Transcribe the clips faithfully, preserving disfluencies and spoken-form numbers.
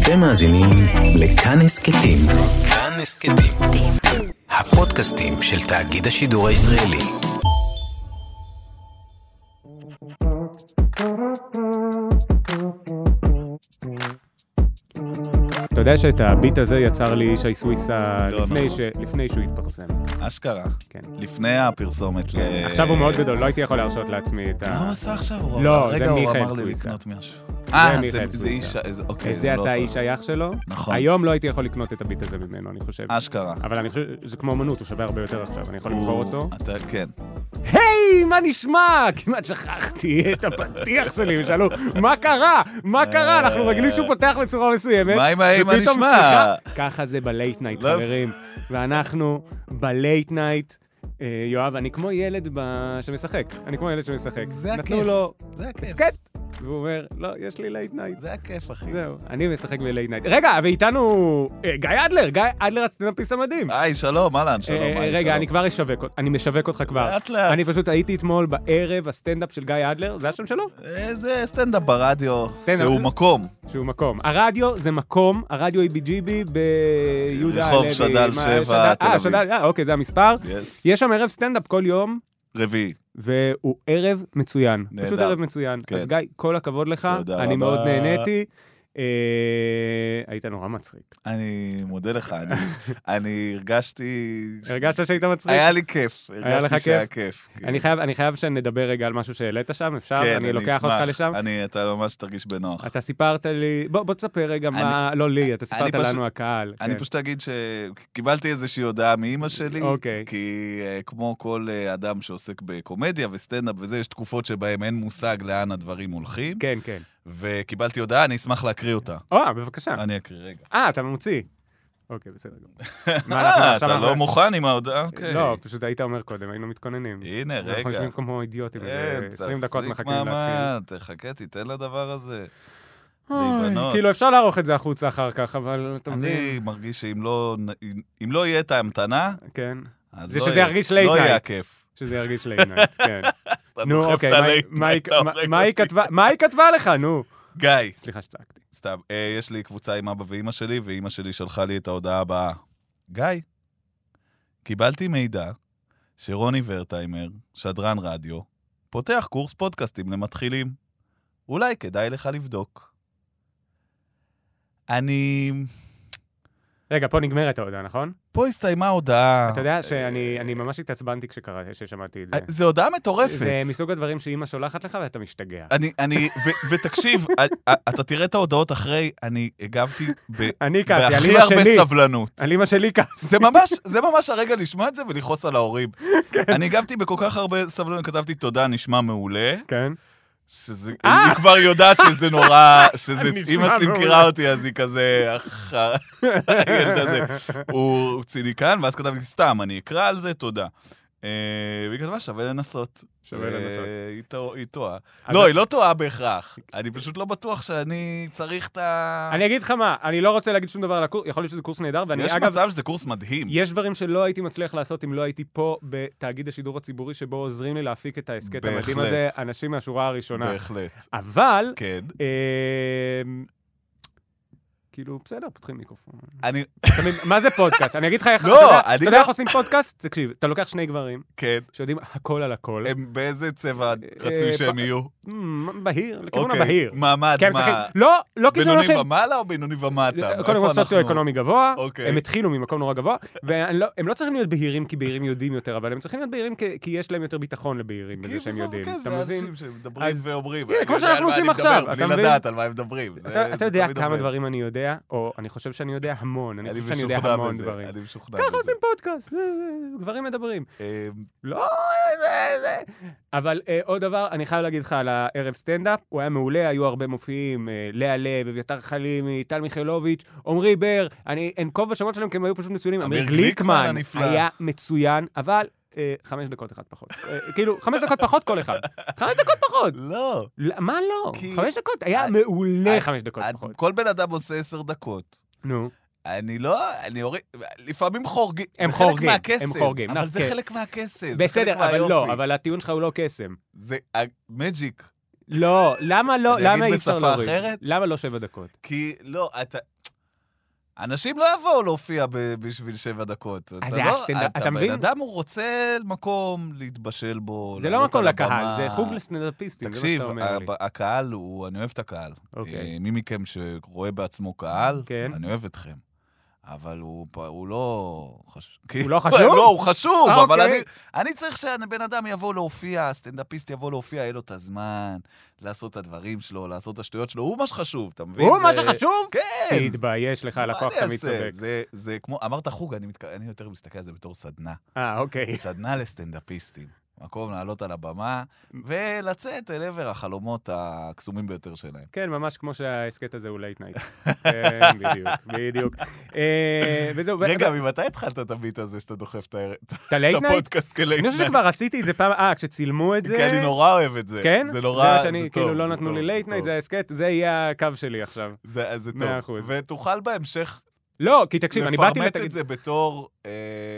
אתם מאזינים לכאן הסכתים. כאן הסכתים. הפודקאסטים של תאגיד השידור הישראלי. אתה יודע שאת הביט הזה יצר לי ישי סוויסה לפני שהוא התפרסם. אשכרה. כן. לפני הפרסומת. עכשיו הוא מאוד גדול, לא הייתי יכול להרשות לעצמי את ה... מה הוא עשה עכשיו? לא, רגע, זה הוא מיכאל אמר לי סוויסה. לקנות משהו. אה, זה איש... את זה עשה האיש היח שלו. נכון. היום לא הייתי יכול לקנות את הביט הזה ממנו, אני חושב. אשכרה. אבל אני חושב, זה כמו אמנות, הוא שווה הרבה יותר עכשיו, אני יכול למכור אותו. אתה, כן. היי, מה נשמע? כמעט שכחתי את הפתיח שלי, ושאלו, מה קרה? מה קרה? אנחנו רגילים שהוא פותח בצורה מסוימת. מה עם ההיא, מה נשמע? ככה זה בלייט נייט, חברים. ואנחנו בלייט נייט, יואב, אני כמו ילד שמשחק. אני כמו ילד שמשחק. זה הכיף. נתנו לו זה הכיף. סקט. והוא אומר, לא, יש לי לייט נייט. זה הכיף, אחי. זהו, אני משחק בלייט נייט. רגע, ואיתנו גיא אדלר, גיא אדלר הסטנדאפיסט המדהים. היי, שלום, אהלן, שלום, היי, שלום. רגע, אני כבר אשווק, אני משווק אותך כבר. לאט לאט. אני פשוט הייתי אתמול בערב הסטנדאפ של גיא אדלר, זה השם שלו? זה סטנדאפ ברדיו, סטנדאפ. שהוא מקום. שהוא מקום. הרדיו זה מקום, הרדיו היא בי ג'י בי ביהודה רחוב שדל שבע, תל אה, אביב. שדל, אה, אוקיי, זה המספר. Yes. יש שם ערב סטנדאפ כל יום. רביעי. והוא ערב מצוין. נהדר. פשוט ערב מצוין. כן. אז גיא, כל הכבוד לך. תודה אני רבה. מאוד נהניתי. אה, היית נורא מצחיק. אני מודה לך, אני, אני הרגשתי... הרגשת שהיית מצחיק? היה לי כיף, היה לך הרגשתי שהיה כיף. אני חייב, אני חייב שנדבר רגע על משהו שהעלית שם, אפשר? כן, אני לוקח אשמח. אותך לשם. אני, אתה ממש תרגיש בנוח. אתה סיפרת לי, בוא, בוא תספר רגע מה, לא לי, אתה סיפרת פשוט- לנו הקהל. אני כן. פשוט אגיד שקיבלתי איזושהי הודעה מאמא שלי, אוקיי. כי uh, כמו כל uh, אדם שעוסק בקומדיה וסטנדאפ וזה, יש תקופות שבהם אין מושג לאן הדברים הולכים, כן, כן. וקיבלתי הודעה, אני אשמח להקריא אותה. או, בבקשה. אני אקריא רגע. אה, אתה מוציא. אוקיי, בסדר. מה, אנחנו אה, עכשיו אתה אנחנו- לא מוכן עם ההודעה? אוקיי. לא, פשוט היית אומר קודם, היינו מתכוננים. הנה, אנחנו רגע. יושבים כמו אידיוטים, איזה כן, עשרים דקות תחזיק מחכים להתחיל. מעמד, תחכה, תיתן לדבר הזה. אוי, להיבנות. כאילו אפשר לערוך את זה החוצה אחר כך, אבל אתה מבין. אני מרגיש שאם לא, אם לא יהיה את ההמתנה, כן. אז זה לא שזה יהיה- ירגיש לייט לא יהיה נייט. הכיף. שזה ירגיש לייט, כן. אתה נו, דוחף אוקיי, את מה- הלייט מה נייט, היא- אתה מה- הורג מה היא אותי. כתבה- מה היא כתבה לך, נו? גיא, סליחה שצעקתי. סתם, אה, יש לי קבוצה עם אבא ואמא שלי, ואמא שלי שלחה לי את ההודעה הבאה. גיא, קיבלתי מידע שרוני ורטיימר, שדרן רדיו, פותח קורס פודקאסטים למתחילים. אולי כדאי לך לבדוק. אני... רגע, פה נגמרת ההודעה, נכון? פה הסתיימה הודעה. אתה יודע שאני אני ממש התעצבנתי כשקראתי, כששמעתי את זה. זה הודעה מטורפת. זה מסוג הדברים שאמא שולחת לך ואתה משתגע. אני, אני, ו- ותקשיב, אתה תראה את ההודעות אחרי, אני הגבתי ב- אני כעסי, על בהכי אמא הרבה שלי. סבלנות. על אמא שלי כעס. זה ממש, זה ממש הרגע לשמוע את זה ולכעוס על ההורים. אני הגבתי בכל כך הרבה סבלנות, כתבתי תודה, נשמע מעולה, כן. שזה, היא כבר יודעת שזה נורא, שזה, נשמע אמא שלי מעולה. מכירה אותי, אז היא כזה, אח, הילד הזה, הוא ציניקן, ואז כתבתי, סתם, אני אקרא על זה, תודה. אה, והיא כתבה, שווה לנסות. שווה לנסות. אה, היא טוע- היא טועה. אז- לא, היא לא טועה בהכרח. אני פשוט לא בטוח שאני צריך את ה... אני אגיד לך מה, אני לא רוצה להגיד שום דבר על הקורס, יכול להיות שזה קורס נהדר, ואני יש אגב, מצב שזה קורס מדהים. יש דברים שלא הייתי מצליח לעשות אם לא הייתי פה בתאגיד השידור הציבורי, שבו עוזרים לי להפיק את ההסקט בהחלט. המדהים הזה, אנשים מהשורה הראשונה. בהחלט. אבל, כן. אה, כאילו, בסדר, פותחים מיקרופון. אני... שמים- מה זה פודקאסט? אני אגיד לך איך, לא, אתה יודע- אני אתה יודע לא- איך עושים פודקאסט? תקשיב, אתה לוקח שני גברים, כן. שיודעים הכל על הכל. הם באיזה צבע רצוי אה, שהם ב- יהיו? מ, בהיר, לכיוון אוקיי. הבהיר. מעמד, כן, צריכים- מה? לא, לא כי זה לא בינוני שהם... ומעלה או בינוני ומטה? קודם כל איפה סוציו-אקונומי גבוה, אוקיי. הם התחילו ממקום נורא גבוה, והם לא צריכים להיות בהירים כי בהירים יודעים יותר, אבל הם צריכים להיות בהירים כי- כי יש להם יותר ביטחון לבהירים בזה שהם יודעים. כן, אתה זה מבין? אנשים שמדברים אז- ואומרים. הנה, אני כמו יודע שאנחנו על מה עושים אני עכשיו, מדבר, אתה בלי מבין? לדעת על מה הם מדברים. זה- אתה זה אתה יודע תמיד כמה עובד. דברים אני יודע, או אני חושב שאני יודע המון, אני אני חושב שאני יודע משוכנע המון בזה, דברים. אני משוכנע ככה בזה. עושים פודקאסט, זה- זה- גברים מדברים. אה, לא, זה, זה. אבל אה, עוד דבר, אני חייב להגיד לך על הערב סטנדאפ, הוא היה מעולה, היו הרבה מופיעים, אה, לאה לב, אביתר חלימי, טל מיכאלוביץ', עמרי בר, אני אנקוב בשמות שלהם כי הם היו פשוט מצוינים. אמיר אמיר גליקמן גליקמן הנפלא. היה מצוין, אבל אה, חמש דקות אחד פחות. אה, כאילו, חמש דקות פחות כל אחד. חמש דקות פחות. לא. ל- מה לא? כי- חמש דקות? היה את- מעולה את- חמש דקות את- פחות. כל בן אדם עושה עשר דקות. נו. אני לא, אני הוריד, לפעמים חורגים. הם זה חלק חורגים, מהקסם, הם חורגים, אבל נכון, זה כן. חלק מהקסם. זה חלק בסדר, אבל מהיופי. לא, אבל הטיעון שלך הוא לא קסם. זה מג'יק. לא, למה לא, אני למה אגיד אי אפשר בשפה להוריד? אחרת? למה לא שבע דקות? כי לא, אתה, אנשים לא יבואו להופיע ב- בשביל שבע דקות. אז אתה זה לא- הסטנדאפ, אתה מבין? הבן אדם הוא רוצה מקום להתבשל בו, זה לא לעלות מקום על לקהל, הבמה. זה חוג לסטנדאפיסטים, זה מה תקשיב, שאתה אומר לי. הב- הקהל הוא, אני אוהב את הקהל. אוקיי. אה, מי מכם שרואה בעצמו קהל, כן. אני אוהב אתכם. אבל הוא, פ- הוא לא חשוב. הוא לא חשוב? לא, הוא חשוב, אה, אבל אוקיי. אני, אני צריך שבן אדם יבוא להופיע, הסטנדאפיסט יבוא להופיע, יהיה לו את הזמן, לעשות את הדברים שלו, לעשות את השטויות שלו, הוא מה שחשוב, אתה מבין? הוא מה זה- שחשוב? כן. תתבייש לך, לקוח מה אני תמיד אעשה? צודק. זה, זה כמו, אמרת חוג, אני, מתק... אני יותר מסתכל על זה בתור סדנה. אה, אוקיי. סדנה לסטנדאפיסטים. מקום לעלות על הבמה, ולצאת אל עבר החלומות הקסומים ביותר שלהם. כן, ממש כמו שהעסקט הזה הוא לייט נייט. כן, בדיוק, בדיוק. אה, וזהו. ו- רגע, ו- ממתי התחלת את הביט הזה שאתה דוחף את ה- את הלייט את נייט? הפודקאסט כלייט אני חושב שכבר עשיתי את זה פעם, אה, כשצילמו את זה. כי אני נורא אוהב את זה. כן? זה נורא, זה זה מה שאני, טוב. כאילו לא זה נתנו טוב, לי זה לייט נייט, טוב. זה ההסקט, זה יהיה הקו שלי עכשיו. זה זה מאה טוב. אחוז. ותוכל בהמשך לא, כי תקשיב, אני באתי לפרמט לתגיד... את זה בתור אה,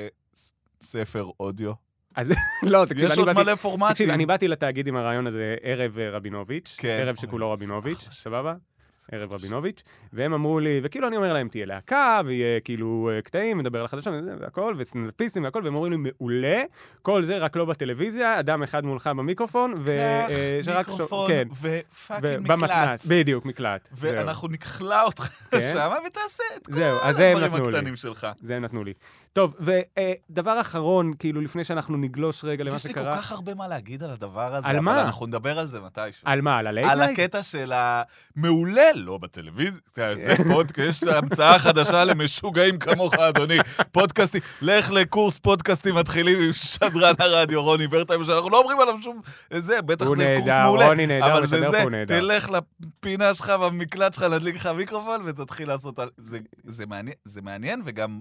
ס- ספר אודיו. אז לא, תקשיב, יש אני עוד באתי... מלא פורמטים. תקשיב, אני באתי לתאגיד עם הרעיון הזה ערב אה, רבינוביץ', כן. ערב שכולו אוי, רבינוביץ', זה אחלה. סבבה? ערב רבינוביץ', והם אמרו לי, וכאילו אני אומר להם, תהיה להקה, ויהיה כאילו אה, קטעים, מדבר על החדשות וזה, והכל, וסטנדאפיסטים והכל, והם אומרים לי, מעולה, כל זה רק לא בטלוויזיה, אדם אחד מולך במיקרופון, ו... אה, קח שרק מיקרופון כן, ופאקינג מקלט. במתנ"ס, בדיוק, מקלט. זהו. ואנחנו נכלה אותך כן. שמה ותעשה את כל זהו, אז זה הם הדברים נתנו לי. הקטנים שלך. זה הם נתנו לי. טוב, ודבר אחרון, כאילו, לפני שאנחנו נגלוש רגע למה יש לי כל שקרה... כך הרבה מה להגיד על הדבר הזה, על אבל מה? אנחנו נדבר על זה מתישהו. על מה? על הלייט על נייט? הקטע של המעולה, לא בטלוויזיה, זה פודקאסט, יש לה המצאה חדשה למשוגעים כמוך, אדוני. פודקאסטים, לך לקורס פודקאסטים מתחילים עם שדרן הרדיו, רוני ורטהיים, שאנחנו לא אומרים עליו שום... זה, בטח הוא זה קורס נהדר, מעולה. רוני נהדר, אבל זה משדר זה, פה הוא נהדר. תלך לפינה שלך במקלט שלך, נדליק לך מיקרופון ותתחיל לעשות... על- זה- זה מעניין- זה מעניין וגם...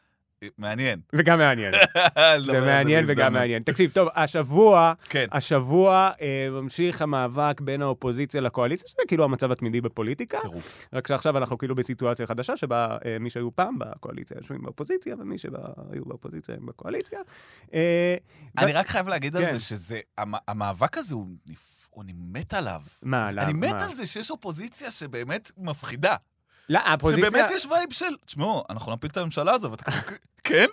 מעניין. וגם מעניין. זה מעניין וגם מעניין. תקשיב, טוב, השבוע, כן. השבוע אה, ממשיך המאבק בין האופוזיציה לקואליציה, שזה כאילו המצב התמידי בפוליטיקה, טירוף. רק שעכשיו אנחנו כאילו בסיטואציה חדשה, שבה אה, מי שהיו פעם בקואליציה יושבים באופוזיציה, ומי שהיו באופוזיציה הם בקואליציה. אה, אני ו- רק חייב להגיד על כן. זה שזה, המ- המאבק הזה הוא נפ... אני מת עליו. מה, אז למה? אני מת מה? על זה שיש אופוזיציה שבאמת מפחידה. לא, האופוזיציה... שבאמת יש וייב של, תשמעו, אנחנו נפיל את הממשלה הזו, ואתה כזה, כן?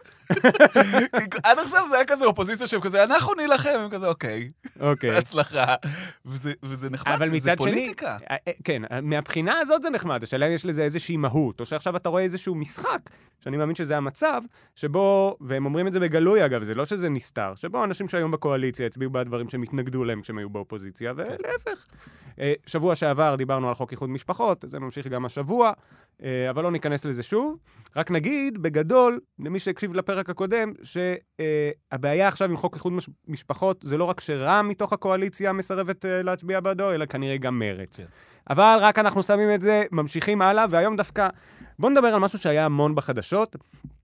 כי עד עכשיו זה היה כזה אופוזיציה שהם כזה, אנחנו נילחם, הם כזה, אוקיי, אוקיי. בהצלחה. וזה וזה נחמד אבל שזה מצד שני, פוליטיקה. אה, אה, כן, מהבחינה הזאת זה נחמד, השאלה אם יש לזה איזושהי מהות, או שעכשיו אתה רואה איזשהו משחק, שאני מאמין שזה המצב, שבו, והם אומרים את זה בגלוי אגב, זה לא שזה נסתר, שבו אנשים שהיום בקואליציה הצביעו בעד דברים שהם התנגדו להם כשהם היו באופוזיציה, ולהפך. אה, שבוע שעבר דיברנו על חוק איחוד משפחות, זה ממשיך גם השבוע, אה, אבל לא ניכנס לזה שוב. רק נגיד, בגדול, למי שהקשיב לפרק הקודם, שהבעיה עכשיו עם חוק איחוד מש- משפחות, זה לא רק שרע"מ מתוך הקואליציה מסרבת אה, להצביע בעדו, אלא כנראה גם מרץ. כן. אבל רק אנחנו שמים את זה, ממשיכים הלאה, והיום דווקא, בואו נדבר על משהו שהיה המון בחדשות,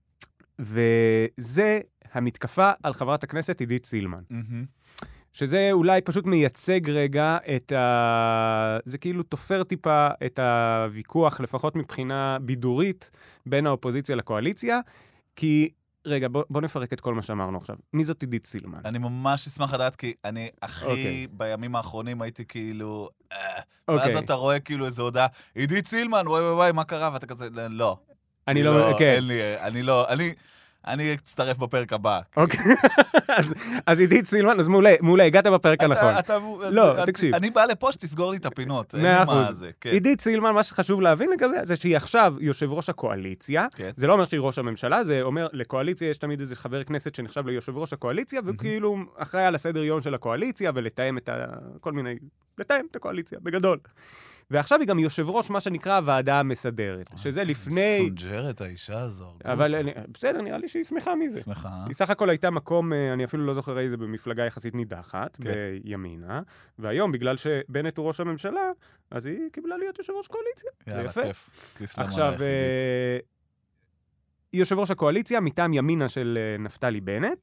וזה המתקפה על חברת הכנסת עידית סילמן. מהמם. שזה אולי פשוט מייצג רגע את ה... זה כאילו תופר טיפה את הוויכוח, לפחות מבחינה בידורית, בין האופוזיציה לקואליציה, כי... רגע, בוא, בוא נפרק את כל מה שאמרנו עכשיו. מי זאת עידית סילמן? אני ממש אשמח לדעת, כי אני הכי, אוקיי. בימים האחרונים הייתי כאילו, אה, אוקיי. ואז אתה רואה כאילו איזו הודעה, עידית סילמן, וואי וואי וואי, מה קרה? ואתה כזה, לא. אני לא... כן. אין לי, אני לא, אני, אני אצטרף בפרק הבא. אוקיי. אז, אז עידית סילמן, אז מעולה, מעולה, הגעת בפרק הנכון. אתה, אתה, לא, אז, תקשיב. אני בא לפה שתסגור לי את הפינות. אין מאה לי מה אחוז. זה, כן. עידית סילמן, מה שחשוב להבין לגביה, זה שהיא עכשיו יושב ראש הקואליציה. כן. זה לא אומר שהיא ראש הממשלה, זה אומר, לקואליציה יש תמיד איזה חבר כנסת שנחשב ליושב ראש הקואליציה, וכאילו אחראי על הסדר יום של הקואליציה, ולתאם את ה... כל מיני... לתאם את הקואליציה, בגדול. ועכשיו היא גם יושב ראש מה שנקרא הוועדה המסדרת, שזה לפני... סונג'רת האישה הזו. אבל אני- בסדר, נראה לי שהיא שמחה מזה. שמחה. היא סך הכל הייתה מקום, אה, אני אפילו לא זוכר איזה, במפלגה יחסית נידחת, כן. בימינה, והיום, בגלל שבנט הוא ראש הממשלה, אז היא קיבלה להיות יושב ראש קואליציה. זה יאללה, יפה. כיף. תסלם עכשיו, עלייך, עידית. אה, היא יושב ראש הקואליציה מטעם ימינה של אה, נפתלי בנט,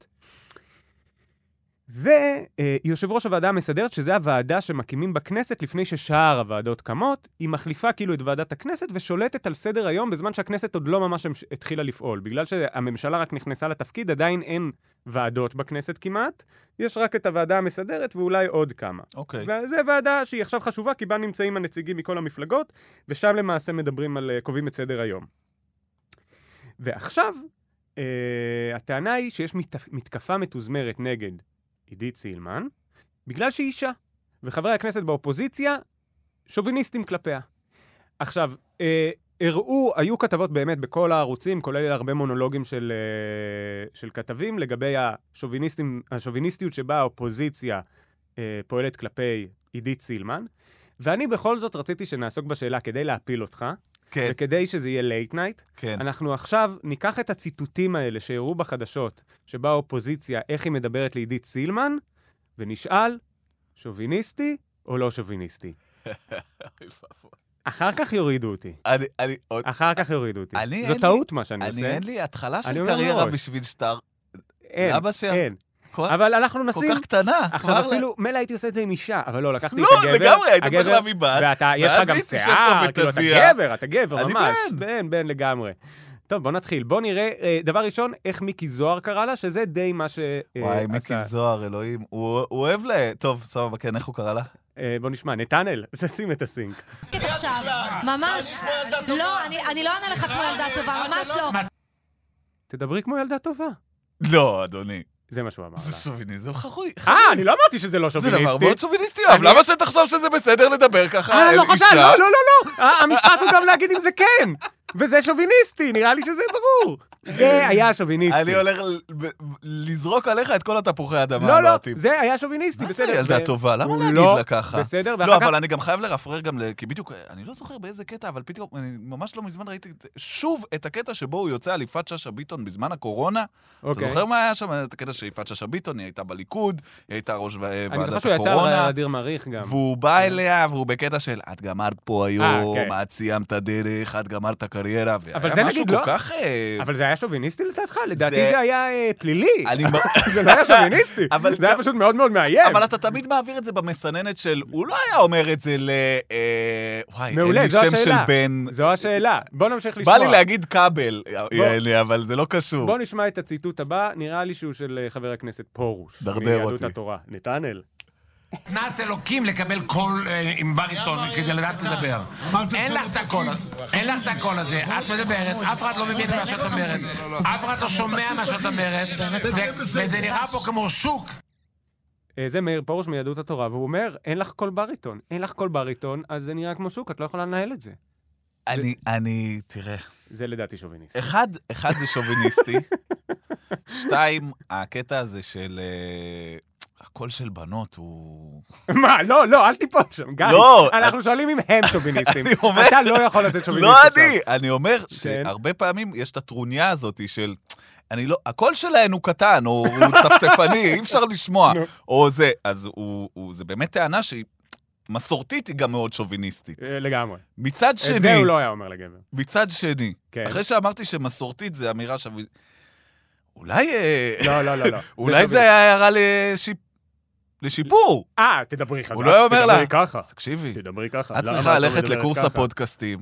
והיא יושב ראש הוועדה המסדרת, שזה הוועדה שמקימים בכנסת לפני ששאר הוועדות קמות. היא מחליפה כאילו את ועדת הכנסת ושולטת על סדר היום בזמן שהכנסת עוד לא ממש המש- התחילה לפעול. בגלל שהממשלה רק נכנסה לתפקיד, עדיין אין ועדות בכנסת כמעט, יש רק את הוועדה המסדרת ואולי עוד כמה. אוקיי. וזו ועדה שהיא עכשיו חשובה, כי בה נמצאים הנציגים מכל המפלגות, ושם למעשה מדברים על, אה, קובעים את סדר היום. ועכשיו, uh, הטענה היא שיש מת, מתקפה מתוזמרת נגד עידית סילמן, בגלל שהיא אישה, וחברי הכנסת באופוזיציה שוביניסטים כלפיה. עכשיו, uh, הראו, היו כתבות באמת בכל הערוצים, כולל הרבה מונולוגים של, uh, של כתבים, לגבי השוביניסטים, השוביניסטיות שבה האופוזיציה uh, פועלת כלפי עידית סילמן, ואני בכל זאת רציתי שנעסוק בשאלה כדי להפיל אותך, כן. וכדי שזה יהיה לייט נייט, כן. אנחנו עכשיו ניקח את הציטוטים האלה שהראו בחדשות, שבה האופוזיציה, איך היא מדברת לעידית סילמן, ונשאל, שוביניסטי או לא שוביניסטי? אחר כך יורידו אותי. אני, אני, עוד... אחר כך יורידו אותי. אני, זו אין טעות לי, מה שאני אני עושה. אין לי התחלה של אני קריירה מראש. בשביל שטר. אין, למה ש... אין. כל... אבל אנחנו כל נשים... כך קטנה. עכשיו אפילו, מילא הייתי עושה את זה עם אישה, אבל לא, לקחתי לא, את הגבר. לגמרי, היית צריך הגבר, להביא בת. ואתה, יש לך ואז גם היא תשב שיער, פה כאילו, אתה ותזיע. גבר, אתה גבר, אני ממש. בן. בן, בן לגמרי. טוב, בוא נתחיל. בוא נראה, אה, דבר ראשון, איך מיקי זוהר קרא לה, שזה די מה שעשה. וואי, מיקי זוהר, אלוהים. הוא הוא אוהב ל... טוב, סבבה, כן, איך הוא קרא לה? אה, בוא נשמע, נתנאל, תשים את הסינק. עכשיו, ממש, לא, אני- אני לא אענה לך כמו ילדה טובה, ממש לא. תדברי כמו ילדה טובה. לא, אדוני. זה מה שהוא אמר זה לה. שוביניזם חחוי. אה, אני לא אמרתי שזה לא זה שוביניסטי. דבר מאוד שוביניסטי, אבל למה שתחשוב שזה בסדר לדבר ככה אה, על לא אישה? חשב, לא, לא, לא, לא. אה, המשחק הוא גם להגיד אם זה כן. וזה שוביניסטי, נראה לי שזה ברור. זה היה שוביניסטי. אני הולך ל- ב- לזרוק עליך את כל התפוחי האדמה. לא, לא, הלוהטים. זה היה שוביניסטי, מה זה בסדר. ילדה ו- טובה? למה הוא להגיד לא לה ככה? בסדר, ואחר לא, כך... אבל אני גם חייב לרפרר גם, ל- כי בדיוק, אני לא זוכר באיזה קטע, אבל פתאום, אני ממש לא מזמן ראיתי את- שוב את הקטע שבו הוא יוצא על יפעת שאשא ביטון בזמן הקורונה. אתה אוקיי. זוכר מה היה שם? את הקטע שיפעת שאשא ביטון, היא הייתה בליכוד, היא הייתה ראש ו- אני זוכר ועדת שהוא יצא הקורונה. על אדיר מעריך גם. והוא בא אליה, והוא בקטע של, את גמרת פה היום, כן. את סיימת דרך, את גמרת הקריירה, אבל זה והיה משהו נגיד כל לא- כך... אה, אבל זה היה שוביניסטי לדעתך? לדעתי זה- זה היה אה, פלילי. אני... זה לא היה שוביניסטי. אבל זה היה גם- פשוט מאוד מאוד מאיים. אבל אתה תמיד מעביר את זה במסננת של, הוא לא היה אומר את זה ל... אה, וואי, אין מעולה, לי זו שם של השאלה. בן... זו השאלה. בוא נמשיך לשמוע. בא לי להגיד כבל, יעני, אבל זה לא קשור. בוא נשמע את הציטוט הבא, נראה לי שהוא של אה, חבר הכנסת פרוש. דרדר מיהדות אותי. התורה. נתנאל. תנת אלוקים לקבל קול אה, עם בריטון כדי לדעת לדבר. אין לך את הקול, אין לך את הקול הזה. את מדברת, אף אחד לא מבין מה שאת אומרת. אף אחד לא שומע מה שאת אומרת. ו- וזה נראה פה כמו שוק. אה, זה מאיר פרוש מיהדות התורה, והוא אומר, אין לך קול בריטון. אין לך קול בריטון, אז זה נראה כמו שוק, את לא יכולה לנהל את זה. אני, אני, תראה, זה לדעתי שוביניסט. אחד, אחד זה שוביניסטי, שתיים, הקטע הזה של... אה, הקול של בנות הוא... מה? לא, לא, אל תיפול שם, גיא. לא, אנחנו שואלים אם הם שוביניסטים. אני אומר- אתה לא יכול לצאת שוביניסט לא עכשיו. אני, אני אומר כן. שהרבה פעמים יש את הטרוניה הזאת של, אני לא, הקול שלהן הוא קטן, או הוא צפצפני, אי אפשר לשמוע, נו. או זה, אז הוא, הוא, זה באמת טענה שהיא מסורתית, היא גם מאוד שוביניסטית. אה, לגמרי. מצד את זה שני, הוא לא היה אומר לגבר. מצד שני, כן. אחרי שאמרתי שמסורתית זה אמירה שווה, אולי, אה, לא, לא, לא, לא. אולי זה שוביניסט. היה הערה לשיפ... לשיפור. אה, תדברי חזק. הוא לא היה אומר לה. תדברי ככה. תקשיבי, תדברי ככה. את למה צריכה לא ללכת מדברת לקורס ככה? הפודקאסטים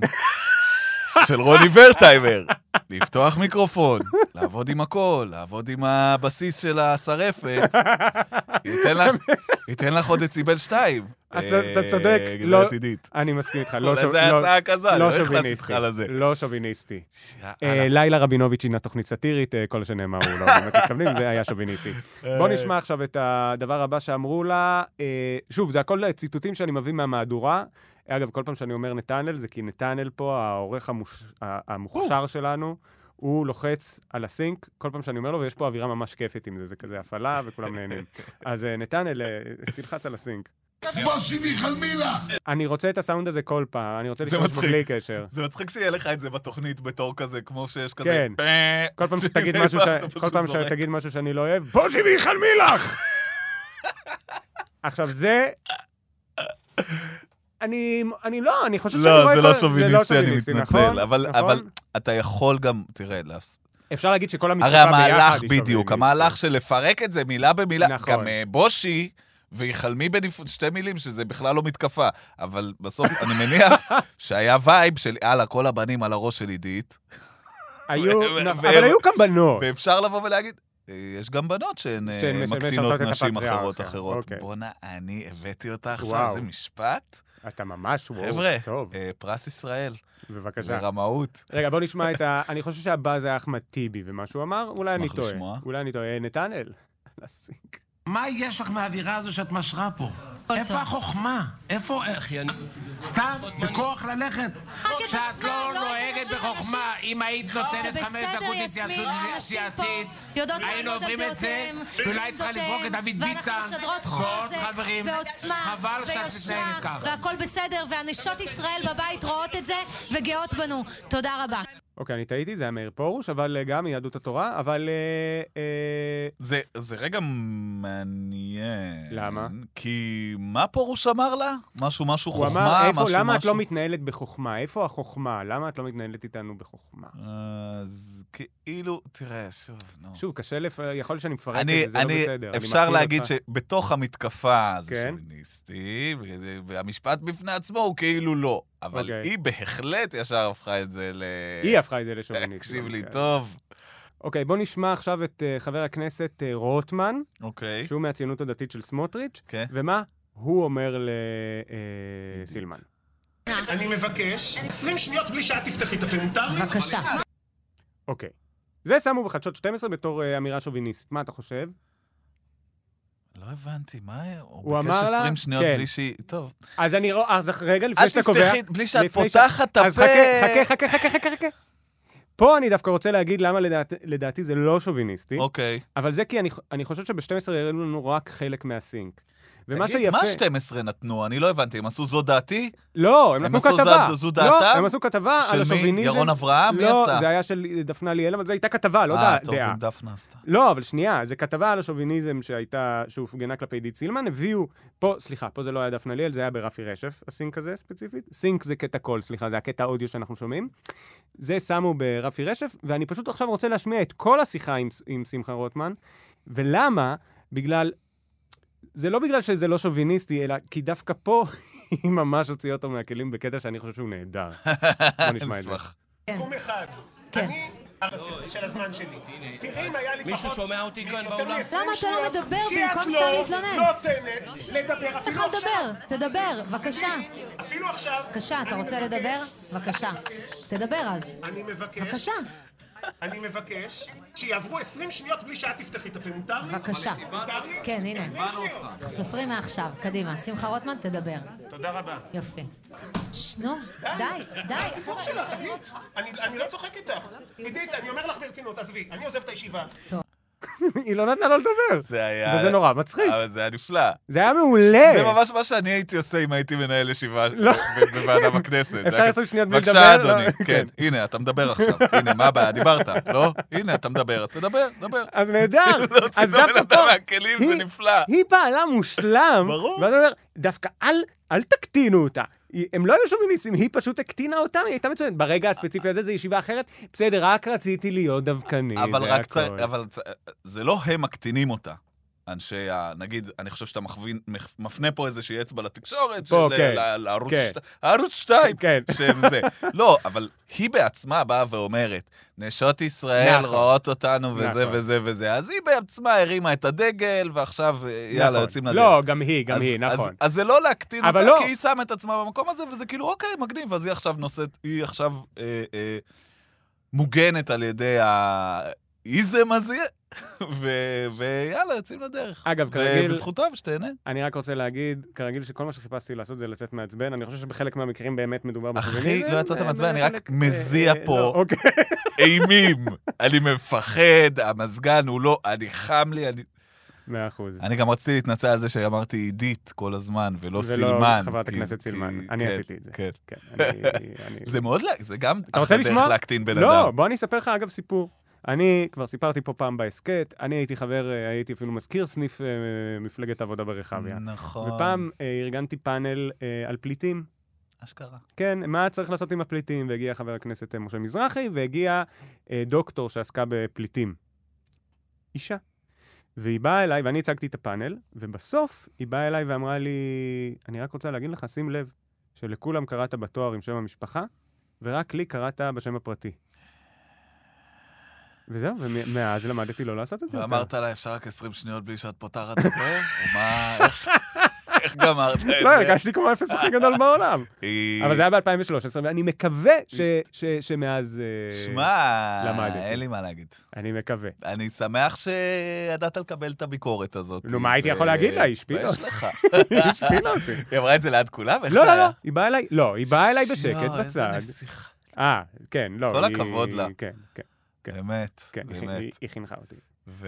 של רוני ורטיימר, לפתוח מיקרופון, לעבוד עם הכל, לעבוד עם הבסיס של השרפת, ייתן לך, ייתן לך עוד דציבל שתיים. אתה אתה צודק. אה, לא, גברת עידית. אני מסכים איתך. לא אולי שוב- זה לא- הצעה כזו, אני לא לא נכנס איתך שוביניסטי. לזה. לא שוביניסטי. אה, יאללה. לילה רבינוביץ' הינה תוכנית סאטירית, אה, כל שנאמר הוא לא באמת מתכוונים, זה היה שוביניסטי. בוא נשמע עכשיו את הדבר הבא שאמרו לה. אה, שוב, זה הכל ציטוטים שאני מביא מהמהדורה. אגב, כל פעם שאני אומר נתנאל, זה כי נתנאל פה, העורך המוש- ה- המוכשר שלנו, הוא לוחץ על הסינק, כל פעם שאני אומר לו, ויש פה אווירה ממש כיפית עם זה, זה כזה הפעלה וכולם נהנים. אז אה, נתנאל, אה, תלחץ על הסינק. בושי ויחלמי לך! אני רוצה את הסאונד הזה כל פעם, אני רוצה זה לשמוע בו מצחיק. בלי קשר. זה מצחיק שיהיה לך את זה בתוכנית בתור כזה, כמו שיש כזה... כן. אה, כל פעם שתגיד ואתה משהו ש- פשוט כל פעם זורק. שתגיד משהו שאני לא אוהב, בושי ויחלמי לך! עכשיו זה... אני, אני לא, אני חושב שאני לא, רואה זה כל- לא שוביניסטי, אני שוביניסטי, מתנצל. נכון? אבל נכון? אבל אתה יכול גם, תראה, להפס- אפשר להגיד שכל המתקפה הרי ביחד היא המהלך, שוביניסטית. בדיוק, המהלך של לפרק את זה מילה במילה, נכון. גם אה, בושי ויחלמי בנפרד, שתי מילים, שזה בכלל לא מתקפה. אבל בסוף אני מניח שהיה וייב של, יאללה, כל הבנים על הראש של עידית, היו, ו- נכון, ו- אבל היו גם בנות. ואפשר לבוא ולהגיד, אה, יש גם בנות שהן אה, שהן מש- מקטינות משרתות את נשים הפטריארכיה. אחרות אחרות. אוקיי. בואנה, אני הבאתי אותה עכשיו, וואו. זה משפט? אתה ממש וואו, חבר'ה, טוב. פרס ישראל. בבקשה. לרמאות. רגע, בוא נשמע את ה... אני חושב שהבא זה אחמד טיבי, ומה שהוא אמר, אולי אני טועה. לשמוע. אולי אני טועה. נתנאל, לסינק. מה יש לך מהאווירה הזו שאת משרה פה? איפה החוכמה? איפה... סתם, בכוח ללכת. שאת לא נוהגת בחוכמה. אם היית נותנת חמש דקות התייעצות סיעתית, היינו עוברים את זה, ואולי צריכה לזרוק את דוד ביטן, ועוד חברים. חבל שאת מתנהגת ככה. והכל בסדר, והנשות ישראל בבית רואות את זה וגאות בנו. תודה רבה. אוקיי, אני טעיתי, זה היה מאיר פרוש, אבל גם מיהדות התורה, אבל... זה, זה רגע מעניין. למה? כי מה פרוש אמר לה? משהו, משהו הוא חוכמה, אמר, איפה, משהו, למה משהו... את לא מתנהלת בחוכמה? איפה החוכמה? למה את לא מתנהלת איתנו בחוכמה? אז כאילו, תראה, שוב, נו. שוב, קשה לפ... יכול להיות שאני מפרק אני, את זה, זה אני, לא בסדר. אפשר להגיד אותך. שבתוך המתקפה זה כן? שוביניסטי, והמשפט בפני עצמו הוא כאילו לא. אבל אוקיי. היא בהחלט ישר הפכה את זה ל... היא הפכה את זה לשוביניסטי. תקשיב לי טוב. אוקיי, בוא נשמע עכשיו את uh, חבר הכנסת uh, רוטמן, אוקיי. שהוא מהציונות הדתית של סמוטריץ', כן. ומה הוא אומר לסילמן. אני מבקש עשרים שניות בלי שאת תפתחי את הפה, מותר לי? בבקשה. אוקיי. זה שמו בחדשות שתים עשרה בתור uh, אמירה שוביניסטית. מה אתה חושב? לא הבנתי, מה היה? הוא אמר לה... הוא ביקש עשרים שניות כן. בלי שהיא... טוב. אז אני רואה... אז רגע, לפני אל שאתה קובע... תפתחי, בלי שאת לפני פותחת את הפה. אז חכה, חכה, חכה, חכה, חכה. פה אני דווקא רוצה להגיד למה לדעת, לדעתי זה לא שוביניסטי. אוקיי. אבל זה כי אני, אני חושב שב-שתים עשרה הראינו לנו רק חלק מהסינק. ומה תגיד, שיפה... מה שתים עשרה נתנו? אני לא הבנתי, הם עשו זו דעתי? לא, הם נתנו כתבה. זו דעתם? לא, הם עשו כתבה על השוביניזם. של מי? ירון אברהם? מי לא, עשה? זה היה של דפנה ליאל, אבל זו הייתה כתבה, לא דעה. אה, טוב, עם דפנה עשתה. לא, אבל שנייה, זה כתבה על השוביניזם שהייתה, שהופגנה כלפי עידית סילמן, הביאו, פה, סליחה, פה זה לא היה דפנה ליאל, זה היה ברפי רשף, הסינק הזה ספציפית. סינק זה קטע קול, סליחה, זה הקטע האודיו שאנחנו שומעים. זה שמו ברפי רשף, ואני פשוט עכשיו רוצה להשמיע את כל השיחה עם, עם שמחה רוטמן, ולמה? בגלל... זה לא בגלל שזה לא שוביניסטי, אלא כי דווקא פה היא ממש הוציאה אותו מהכלים בקטע שאני חושב שהוא נהדר. בוא נשמע את זה. תחום אחד. אני, הרסיס של הזמן שלי. תראי אם היה לי פחות... מישהו שומע אותי כאן באולם? למה אתה לא מדבר במקום סתם להתלונן? כי את לא נותנת לדבר אפילו אתה לדבר, תדבר, בבקשה. אפילו עכשיו. בבקשה, אתה רוצה לדבר? בבקשה. תדבר אז. אני מבקש. בבקשה. אני מבקש שיעברו עשרים שניות בלי שאת תפתחי את הפה. מותר לי? בבקשה. מותר לי? כן, הנה. עשרים שניות. סופרים מעכשיו. קדימה. שמחה רוטמן, תדבר. תודה רבה. יופי. שנו, די, די. הסיפור שלך, עידית. אני לא צוחק איתך. עידית, אני אומר לך ברצינות, עזבי, אני עוזב את הישיבה. טוב. היא לא נתנה לו לדבר. זה היה... וזה נורא מצחיק. אבל זה היה נפלא. זה היה מעולה. זה ממש מה שאני הייתי עושה אם הייתי מנהל ישיבה בוועדה בכנסת. אפשר עשרים שניות בלי לדבר? בבקשה, אדוני. כן, הנה, אתה מדבר עכשיו. הנה, מה הבעיה? דיברת, לא? הנה, אתה מדבר, אז תדבר, דבר. אז נהדר. אז לא דווקא פה... מהכלים, זה נפלא. היא פעלה מושלם. ברור. ואז אני אומר, דווקא אל תקטינו אותה. הם לא היו שוביניסטים, היא פשוט הקטינה אותם, היא הייתה מצוינת. ברגע הספציפי הזה, זו ישיבה אחרת. בסדר, רק רציתי להיות דווקני, אבל זה רק הכל. אבל זה לא הם מקטינים אותה. אנשי, נגיד, אני חושב שאתה מפנה פה איזושהי אצבע לתקשורת, לערוץ שתיים, שהם זה. לא, אבל היא בעצמה באה ואומרת, נשות ישראל רואות אותנו וזה וזה וזה, אז היא בעצמה הרימה את הדגל, ועכשיו יאללה, יוצאים לדרך. לא, גם היא, גם היא, נכון. אז זה לא להקטין אותה, כי היא שמה את עצמה במקום הזה, וזה כאילו, אוקיי, מגניב, אז היא עכשיו נושאת, היא עכשיו מוגנת על ידי האיזם הזה, ויאללה, יוצאים לדרך. אגב, כרגיל... וזכותם, שתהנה. אני רק רוצה להגיד, כרגיל שכל מה שחיפשתי לעשות זה לצאת מעצבן, אני חושב שבחלק מהמקרים באמת מדובר בשוביניזם. אחי, לא יצאת מעצבן, אני רק מזיע פה אימים. אני מפחד, המזגן הוא לא, אני חם לי, אני... מאה אחוז. אני גם רציתי להתנצל על זה שאמרתי עידית כל הזמן, ולא סילמן. ולא חברת הכנסת סילמן. אני עשיתי את זה. כן. אני... זה מאוד, זה גם אחלה דרך להקטין בן אדם. לא, בוא אני אספר לך אגב סיפור. אני כבר סיפרתי פה פעם בהסקט, אני הייתי חבר, הייתי אפילו מזכיר סניף מפלגת עבודה ברחביה. נכון. ופעם ארגנתי פאנל על פליטים. אשכרה. כן, מה צריך לעשות עם הפליטים? והגיע חבר הכנסת משה מזרחי, והגיע דוקטור שעסקה בפליטים. אישה. והיא באה אליי, ואני הצגתי את הפאנל, ובסוף היא באה אליי ואמרה לי, אני רק רוצה להגיד לך, שים לב, שלכולם קראת בתואר עם שם המשפחה, ורק לי קראת בשם הפרטי. וזהו, ומאז למדתי לא לעשות את זה. ואמרת לה, אפשר רק עשרים שניות בלי שאת פותחת את הפה? או מה, איך גמרת את זה? לא, הרגשתי כמו האפס הכי גדול בעולם. היא- אבל זה היה ב-אלפיים ושלוש עשרה, ואני מקווה ש- ש- שמאז אה, שמע, למדתי. אין לי מה להגיד. אני מקווה. אני שמח שידעת לקבל את הביקורת הזאת. נו, מה הייתי יכול להגיד לה? היא השפילה יש אותי. לך. היא השפילה אותי. היא אמרה את זה ליד כולם? איך לא, זה לא, היה? לא, היא באה אליי, לא, היא באה אליי בשקט יואו, איזה בצד. נסיכה. אה, כן, לא. כל היא- הכבוד לה. כן, כן, כן. באמת, כן, היא- היא- באמת. היא חינכה אותי. ו...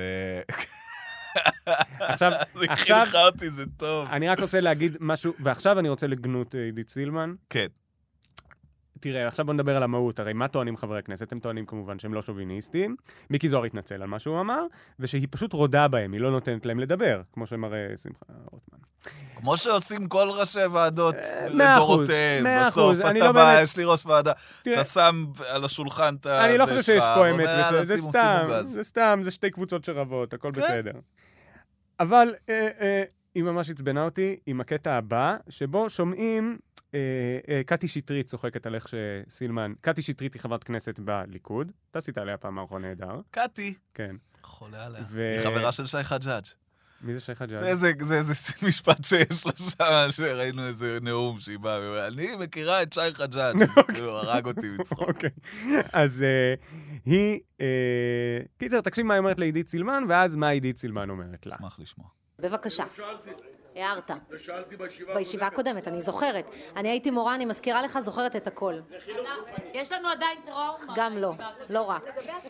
עכשיו, זה עכשיו, חינכה אותי, זה טוב. אני רק רוצה להגיד משהו, ועכשיו אני רוצה לגנות אה, עידית סילמן. כן. תראה, עכשיו בוא נדבר על המהות. הרי מה טוענים חברי הכנסת? הם טוענים כמובן שהם לא שוביניסטים. מיקי זוהר התנצל על מה שהוא אמר, ושהיא פשוט רודה בהם, היא לא נותנת להם לדבר, כמו שמראה שמחה רוטמן. כמו שעושים כל ראשי ועדות מאה אחוז, לדורותיהם. מאה בסוף אחוז, אני אתה לא בא, באמת- יש לי ראש ועדה, תראה, אתה שם על השולחן את הזה שלך. אני לא חושב שיש פה אמת, ואומר, וש- "יאללה, זה שימו- סתם, שימו גז." זה סתם, זה שתי קבוצות שרבות, הכל כן. בסדר. אבל אה, אה, היא ממש עצבנה אותי עם הקטע הבא, שבו שומעים, אה, אה, קטי שטרית צוחקת על איך שסילמן, קטי שטרית היא חברת כנסת בליכוד, אתה עשית עליה פעם מערכון נהדר, קטי. כן. חולה עליה. ו- היא חברה של שי חג'אג'. מי זה שייך הג'אד? זה איזה- זה איזה משפט שיש לה שם, שראינו איזה נאום שהיא באה, והיא אומרת, אני מכירה את שי חג'אג', אז כאילו הרג אותי מצחוק. אוקיי. אז אה, היא, אה, קיצר, תקשיב מה היא אומרת לעידית סילמן, ואז מה עידית סילמן אומרת לה. אשמח לשמוע. בבקשה. הערת. בישיבה הקודמת, אני זוכרת. אני הייתי מורה, אני מזכירה לך, זוכרת את הכל. יש לנו עדיין טראומה. גם לא, לא רק.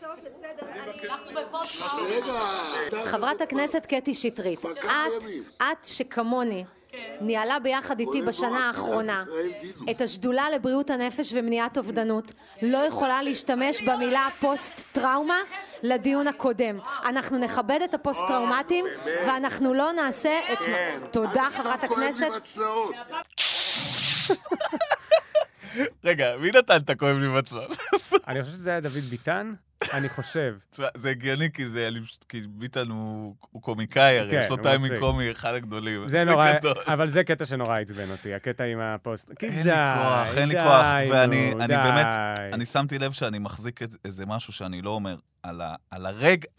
חברת הכנסת קטי שטרית, את, את שכמוני, ניהלה ביחד איתי בשנה האחרונה את השדולה לבריאות הנפש ומניעת אובדנות, לא יכולה להשתמש במילה פוסט-טראומה לדיון הקודם. אנחנו נכבד את הפוסט-טראומטיים ואנחנו לא נעשה את... תודה, חברת הכנסת. רגע, מי נתן את הכואב לי בצלון? אני חושב שזה היה דוד ביטן, אני חושב. תשמע, זה הגיוני, כי זה, כי ביטן הוא הוא קומיקאי, הרי כן, יש לו הוא טיימינג מצחיק. קומי אחד הגדולים. זה נורא, גדול. אבל זה קטע שנורא עצבן אותי, הקטע עם הפוסט. כי אין לי די, כוח, אין לי די, כוח, נו, ואני אני די. באמת, אני שמתי לב שאני מחזיק את- איזה משהו שאני לא אומר, על ה- על הרגע,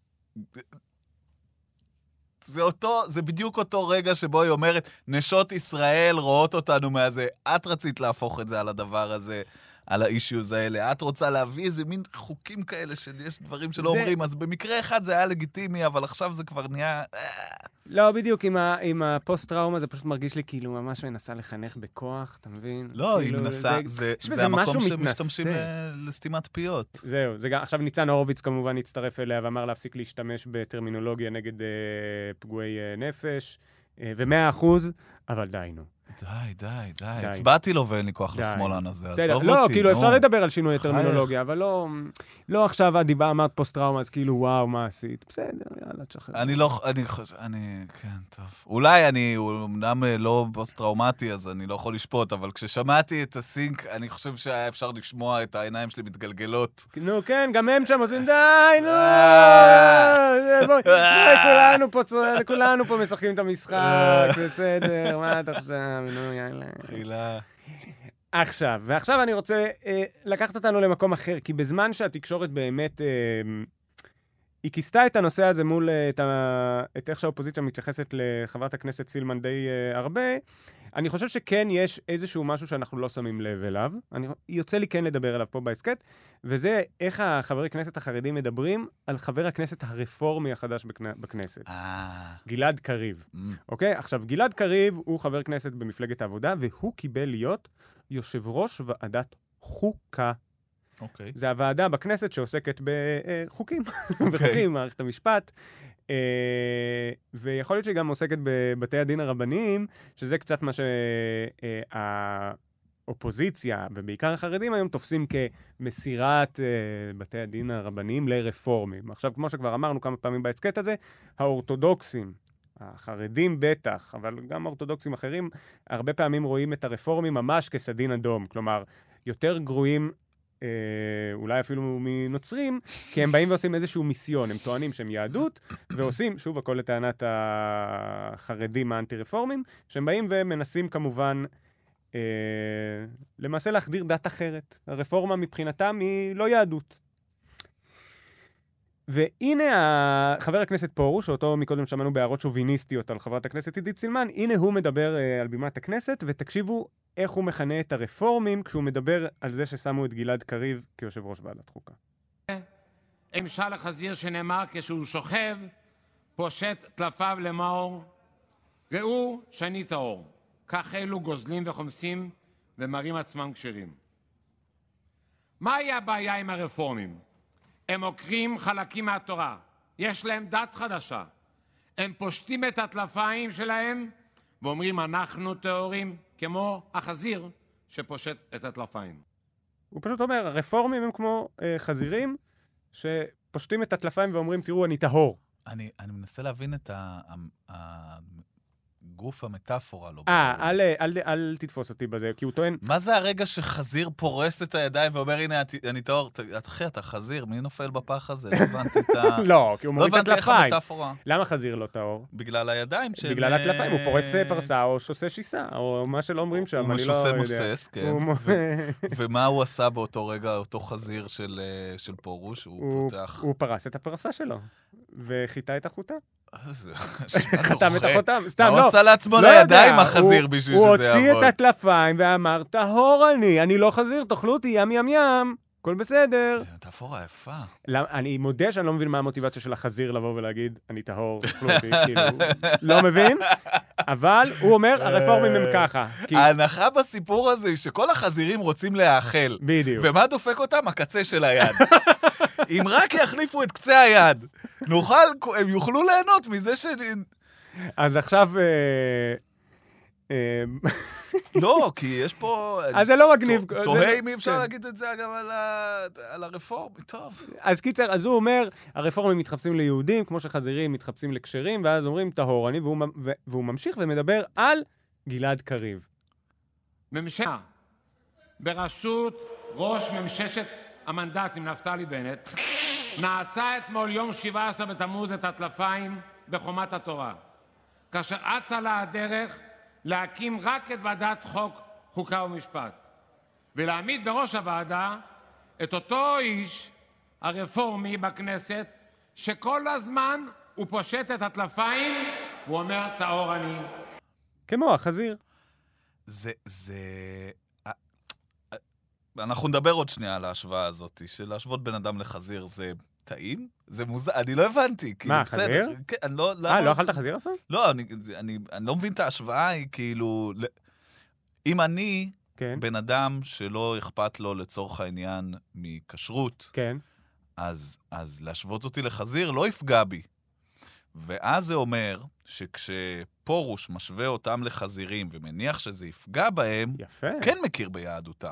זה אותו, זה בדיוק אותו רגע שבו היא אומרת, נשות ישראל רואות אותנו מהזה, את רצית להפוך את זה על הדבר הזה, על האישיוז האלה, את רוצה להביא איזה מין חוקים כאלה שיש דברים שלא זה- אומרים, אז במקרה אחד זה היה לגיטימי, אבל עכשיו זה כבר נהיה... לא, בדיוק, עם ה- עם הפוסט-טראומה זה פשוט מרגיש לי כאילו ממש מנסה לחנך בכוח, אתה מבין? לא, היא כאילו, מנסה, זה, יש בזה זה המקום משהו שמשתמשים מתנשא. ל- לסתימת פיות. זהו, זה גם, עכשיו ניצן הורוביץ כמובן הצטרף אליה ואמר להפסיק להשתמש בטרמינולוגיה נגד אה, פגועי אה, נפש, אה, ומאה אחוז, אבל די, נו. די, די, די, די. הצבעתי לו ואין לי כוח די. לשמאלן הזה, בסדר, עזוב אותי, לא, כאילו, נו. אפשר לדבר על שינוי חייך. טרמינולוגיה, אבל לא, לא עכשיו הדיבה אמרת פוסט-טראומה, אז כאילו, וואו, מה עשית? בסדר, יאללה, תשחרר. אני לא, אני חושב, אני, כן, טוב. אולי אני, הוא אמנם לא פוסט-טראומטי, אז אני לא יכול לשפוט, אבל כששמעתי את הסינק, אני חושב שהיה אפשר לשמוע את העיניים שלי מתגלגלות. נו, כן, גם הם שם עושים, די, נו, אה. בואי, בואי, כולנו פה צועק, כולנו פה משחקים את המשחק, בסדר, מה אתה חושב, נו, יאללה. תחילה. עכשיו, ועכשיו אני רוצה אה, לקחת אותנו למקום אחר, כי בזמן שהתקשורת באמת, אה, היא כיסתה את הנושא הזה מול אה, את, ה, את איך שהאופוזיציה מתייחסת לחברת הכנסת סילמן די אה, הרבה, אני חושב שכן יש איזשהו משהו שאנחנו לא שמים לב אליו. אני, יוצא לי כן לדבר עליו פה בהסקט, וזה איך החברי כנסת החרדים מדברים על חבר הכנסת הרפורמי החדש בכנ... בכנסת. אה, גלעד קריב. mm, אוקיי? עכשיו, גלעד קריב הוא חבר כנסת במפלגת העבודה, והוא קיבל להיות יושב ראש ועדת חוקה. אוקיי. זה הוועדה בכנסת שעוסקת בחוקים, בחוקים, מערכת המשפט. אה, ויכול להיות שהיא גם עוסקת בבתי הדין הרבניים, שזה קצת מה שהאופוזיציה, ובעיקר החרדים היום, תופסים כמסירת אה, בתי הדין הרבניים לרפורמים. עכשיו, כמו שכבר אמרנו כמה פעמים בהסקט הזה, האורתודוקסים, החרדים בטח, אבל גם האורתודוקסים אחרים, הרבה פעמים רואים את הרפורמים ממש כסדין אדום. כלומר, יותר גרועים, אה, אולי אפילו מנוצרים, כי הם באים ועושים איזשהו מיסיון. הם טוענים שהם יהדות, ועושים, שוב, הכל לטענת החרדים האנטי-רפורמים, שהם באים ומנסים כמובן אה, למעשה להחדיר דת אחרת. הרפורמה מבחינתם היא לא יהדות. והנה חבר הכנסת פורוש, שאותו מקודם שמענו בהערות שוביניסטיות על חברת הכנסת עידית סילמן, הנה הוא מדבר uh, על בימת הכנסת, ותקשיבו איך הוא מכנה את הרפורמים כשהוא מדבר על זה ששמו את גלעד קריב כיושב ראש ועדת חוקה. משל החזיר שנאמר כשהוא שוכב, פושט טלפיו למאור, ראו שאני טהור. כך אלו גוזלים וחומסים ומראים עצמם כשרים. מהי הבעיה עם הרפורמים? הם עוקרים חלקים מהתורה. יש להם דת חדשה. הם פושטים את הטלפיים שלהם ואומרים אנחנו טהורים, כמו החזיר שפושט את הטלפיים. הוא פשוט אומר, הרפורמים הם כמו אה, חזירים שפושטים את הטלפיים ואומרים, תראו, אני טהור. אני, אני מנסה להבין את ה... ה... גוף המטאפורה לא אה, אל, אל, אל תתפוס אותי בזה, כי הוא טוען... מה זה הרגע שחזיר פורס את הידיים ואומר, הנה, אני טהור, אחי, אתה חזיר, מי נופל בפח הזה? לא הבנתי את ה... לא, כי הוא מוריד את הטלפיים. לא הבנתי איך המטאפורה. למה חזיר לא טהור? בגלל הידיים של... בגלל הטלפיים, הוא פורס פרסה או שוסה שיסה, או מה שלא אומרים שם, אני לא יודע. הוא משוסה מוסס, כן. ומה הוא עשה באותו רגע, אותו חזיר של פורוש? הוא פותח... הוא פרס את הפרסה שלו, וחיטה את החוטה. חתם את החותם, סתם, לא. מה עושה לעצמו לידיים החזיר בשביל שזה יעבוד? הוא הוציא את הטלפיים ואמר, טהור אני, אני לא חזיר, תאכלו אותי, ים ים ים, הכל בסדר. זה מטאפורה יפה. אני מודה שאני לא מבין מה המוטיבציה של החזיר לבוא ולהגיד, אני טהור, תאכלו אותי, כאילו, לא מבין, אבל הוא אומר, הרפורמים הם ככה. ההנחה בסיפור הזה היא שכל החזירים רוצים להאכל. בדיוק. ומה דופק אותם? הקצה של היד. אם רק יחליפו את קצה היד, נוכל, הם יוכלו ליהנות מזה ש... אז עכשיו... לא, כי יש פה... אז זה לא מגניב. תוהה אם אי אפשר להגיד את זה, אגב, על הרפורמי, טוב. אז קיצר, אז הוא אומר, הרפורמים מתחפשים ליהודים, כמו שחזירים מתחפשים לקשרים, ואז אומרים, טהור אני, והוא ממשיך ומדבר על גלעד קריב. ממשלה, בראשות ראש ממששת המנדטים, נפתלי בנט, נעצה אתמול יום שבעה עשר בתמוז את הטלפיים בחומת התורה, כאשר אצה לה הדרך להקים רק את ועדת חוק, חוקה ומשפט, ולהעמיד בראש הוועדה את אותו איש הרפורמי בכנסת, שכל הזמן הוא פושט את הטלפיים, הוא אומר, טהור אני. כמו החזיר. זה, זה... אנחנו נדבר עוד שנייה על ההשוואה הזאת, של להשוות בן אדם לחזיר זה טעים? זה מוזר, אני לא הבנתי. מה, חזיר? כן, אני לא... אה, לא אכלת חזיר אפילו? לא, אני, אני, אני לא מבין את ההשוואה, היא כאילו... אם אני כן. בן אדם שלא אכפת לו לצורך העניין מכשרות, כן. אז, אז להשוות אותי לחזיר לא יפגע בי. ואז זה אומר שכשפורוש משווה אותם לחזירים ומניח שזה יפגע בהם, יפה. כן מכיר ביהדותם.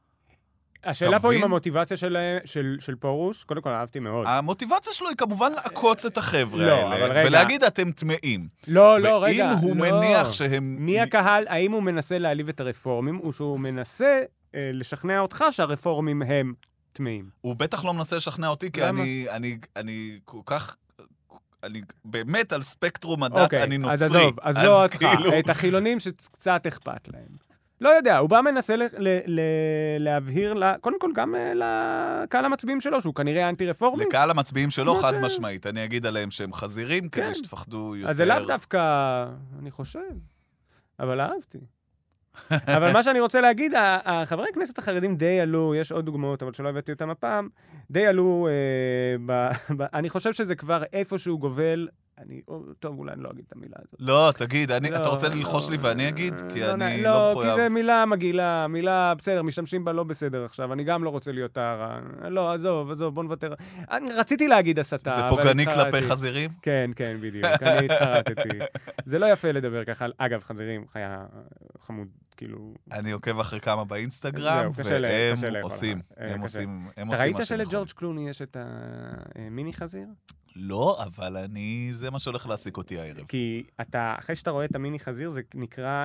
השאלה פה עם המוטיבציה של, של, של פורוש, קודם כל אהבתי מאוד. המוטיבציה שלו היא כמובן לעקוץ את החבר'ה לא, האלה, אבל רגע. ולהגיד אתם טמאים. לא, לא, רגע. ואם הוא לא. מניח שהם... מי הקהל, האם הוא מנסה להעליב את הרפורמים, או שהוא מנסה אה, לשכנע אותך שהרפורמים הם טמאים? הוא בטח לא מנסה לשכנע אותי, כי אני, אני, אני כל כך... אני באמת על ספקטרום הדת, אוקיי, אני נוצרי. אז עזוב, אז, אז לא אותך, כאילו... את החילונים שקצת אכפת להם. לא יודע, הוא בא מנסה ל- ל- ל- להבהיר, לה, קודם כל גם לקהל המצביעים שלו, שהוא כנראה אנטי-רפורמי. לקהל המצביעים שלו חד משמעית, אני אגיד עליהם שהם חזירים, כן. כדי שתפחדו יותר. אז זה לאו דווקא, אני חושב, אבל אהבתי. אבל מה שאני רוצה להגיד, החברי הכנסת החרדים די עלו, יש עוד דוגמאות, אבל שלא הבאתי אותם הפעם, די עלו, אה, ב, ב, אני חושב שזה כבר איפשהו גובל, אני, טוב, אולי אני לא אגיד את המילה הזאת. לא, תגיד, אני, לא, אתה רוצה ללחוש לא, לי ואני אגיד? כי לא, אני לא, לא מחויב. כי זה מילה מגעילה, מילה בסדר, משתמשים בה לא בסדר עכשיו, אני גם לא רוצה להיות טהרה. לא, עזוב, עזוב, בוא נוותר. אני רציתי להגיד הסתה, זה פוגעני כלפי חזירים? כן, כן, בדיוק, אני התחרטתי. זה לא יפה לדבר ככה, אגב, חזירים, חיה חמוד, כאילו... אני עוקב אחרי כמה באינסטגרם, והם עושים, הם עושים, הם עושים. אתה ראית שלג'ורג' קלוני יש את המיני חזיר? לא, אבל אני, זה מה שהולך להעסיק אותי הערב. כי אתה, אחרי שאתה רואה את המיני חזיר, זה נקרא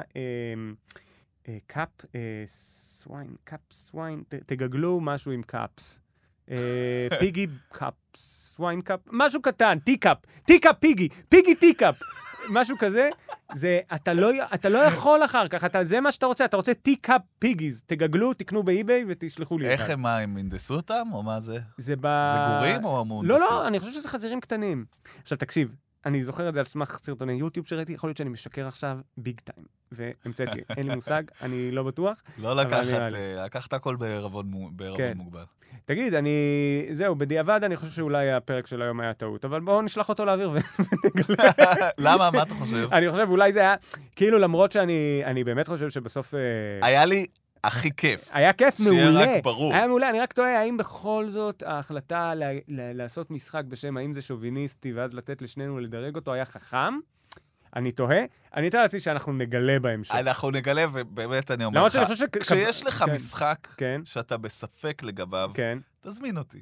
קאפ סוויין, קאפ סוויין, תגגלו משהו עם קאפס. פיגי קאפ, סוויין קאפ, משהו קטן, טי-קאפ, טי-קאפ פיגי, פיגי טי-קאפ, משהו כזה. זה, אתה לא, אתה לא יכול אחר כך, אתה, זה מה שאתה רוצה, אתה רוצה טיקאפ פיגיז, תגגלו, תקנו באי-ביי ותשלחו לי. איך הם, מה, הם ינדסו אותם, או מה זה? זה ב... זה גורים או המונדסים? לא, לא, אני חושב שזה חזירים קטנים. עכשיו, תקשיב, אני זוכר את זה על סמך סרטוני יוטיוב שראיתי, יכול להיות שאני משקר עכשיו ביג טיים, והמצאתי, אין לי מושג, אני לא בטוח. לא לקחת, לקחת הכל בערבון מוגבל. תגיד, אני... זהו, בדיעבד אני חושב שאולי הפרק של היום היה טעות, אבל בואו נשלח אותו לאוויר ונגלה. למה? מה אתה חושב? אני חושב, אולי זה היה... כאילו, למרות שאני אני באמת חושב שבסוף... היה לי הכי כיף. היה כיף מעולה. שיהיה רק ברור. היה מעולה, אני רק טועה, האם בכל זאת ההחלטה לעשות משחק בשם האם זה שוביניסטי, ואז לתת לשנינו לדרג אותו, היה חכם? אני תוהה. אני אתן להציע שאנחנו נגלה בהמשך. אנחנו נגלה, ובאמת אני אומר לך, כשיש לך משחק שאתה בספק לגביו, תזמין אותי.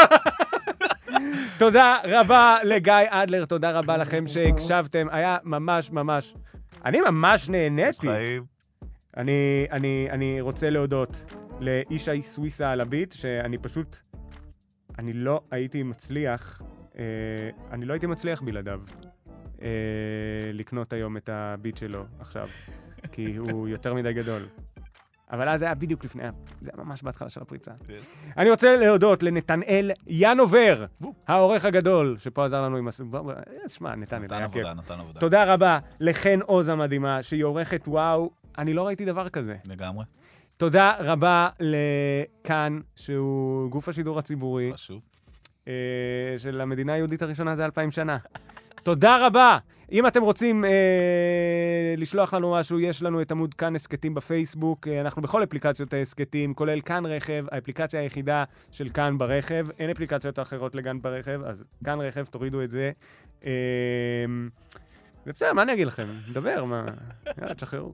תודה רבה לגיא אדלר, תודה רבה לכם שהקשבתם, היה ממש ממש, אני ממש נהניתי. אני, אני, אני רוצה להודות לאישי סוויסה על הביט, שאני פשוט, אני לא הייתי מצליח, אה, אני לא הייתי מצליח בלעדיו. אה, לקנות היום את הביט שלו עכשיו, כי הוא יותר מדי גדול. אבל אז זה היה בדיוק לפני, זה היה ממש בהתחלה של הפריצה. Yes. אני רוצה להודות לנתנאל ינובר, העורך הגדול, שפה עזר לנו עם... שמע, נתנאל, היה כיף. נתן עבודה. תודה רבה לחן עוז המדהימה, שהיא עורכת וואו, אני לא ראיתי דבר כזה. לגמרי. תודה רבה לכאן, שהוא גוף השידור הציבורי. חשוב. אה, של המדינה היהודית הראשונה זה אלפיים שנה. תודה רבה. אם אתם רוצים אה, לשלוח לנו משהו, יש לנו את עמוד כאן הסקטים בפייסבוק. אה, אנחנו בכל אפליקציות ההסקטים, כולל כאן רכב, האפליקציה היחידה של כאן ברכב. אין אפליקציות אחרות לגן ברכב, אז כאן רכב, תורידו את זה. אה, ובסדר, מה אני אגיד לכם? נדבר, מה? יאללה, תשחררו.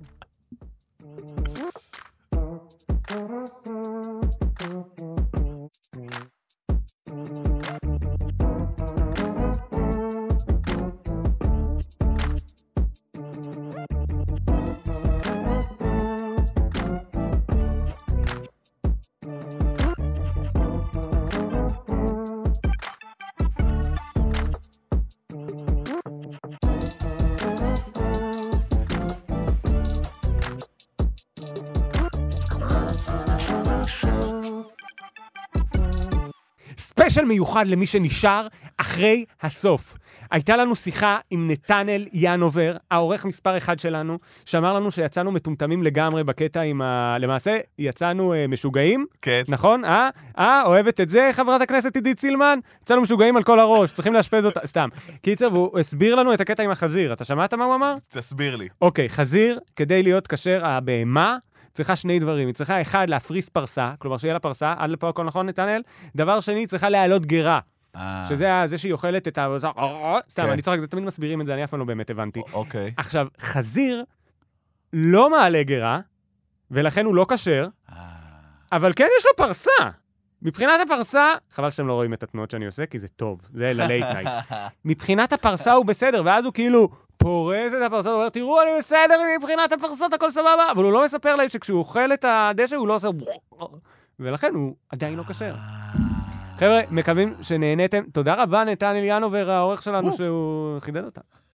ספיישל מיוחד למי שנשאר אחרי הסוף. הייתה לנו שיחה עם נתנאל ינובר, העורך מספר אחד שלנו, שאמר לנו שיצאנו מטומטמים לגמרי בקטע עם ה... למעשה, יצאנו אה, משוגעים. כן. נכון? אה? אה? אוהבת את זה, חברת הכנסת עידית סילמן? יצאנו משוגעים על כל הראש, צריכים לאשפז אותה. סתם. קיצר, והוא הסביר לנו את הקטע עם החזיר. אתה שמעת מה הוא אמר? תסביר לי. אוקיי, חזיר, כדי להיות כשר הבהמה, צריכה שני דברים. היא צריכה, אחד, להפריס פרסה, כלומר שיהיה לה פרסה, עד לפה הכל נכון, נתנאל. דבר שני, צריכה להעלות גרה. שזה זה שהיא אוכלת את ה... סתם, אני צוחק, זה תמיד מסבירים את זה, אני אף פעם לא באמת הבנתי. אוקיי. עכשיו, חזיר לא מעלה גרה, ולכן הוא לא כשר, אבל כן יש לו פרסה. מבחינת הפרסה, חבל שאתם לא רואים את התנועות שאני עושה, כי זה טוב, זה ללייט נייט. מבחינת הפרסה הוא בסדר, ואז הוא כאילו פורס את הפרסות, הוא אומר, תראו, אני בסדר מבחינת הפרסות, הכל סבבה, אבל הוא לא מספר להם שכשהוא אוכל את הדשא, הוא לא עושה... ולכן הוא עדיין לא כשר. חבר'ה, מקווים שנהניתם. תודה רבה, נתנאל ינובר, העורך שלנו, שהוא חידד אותה.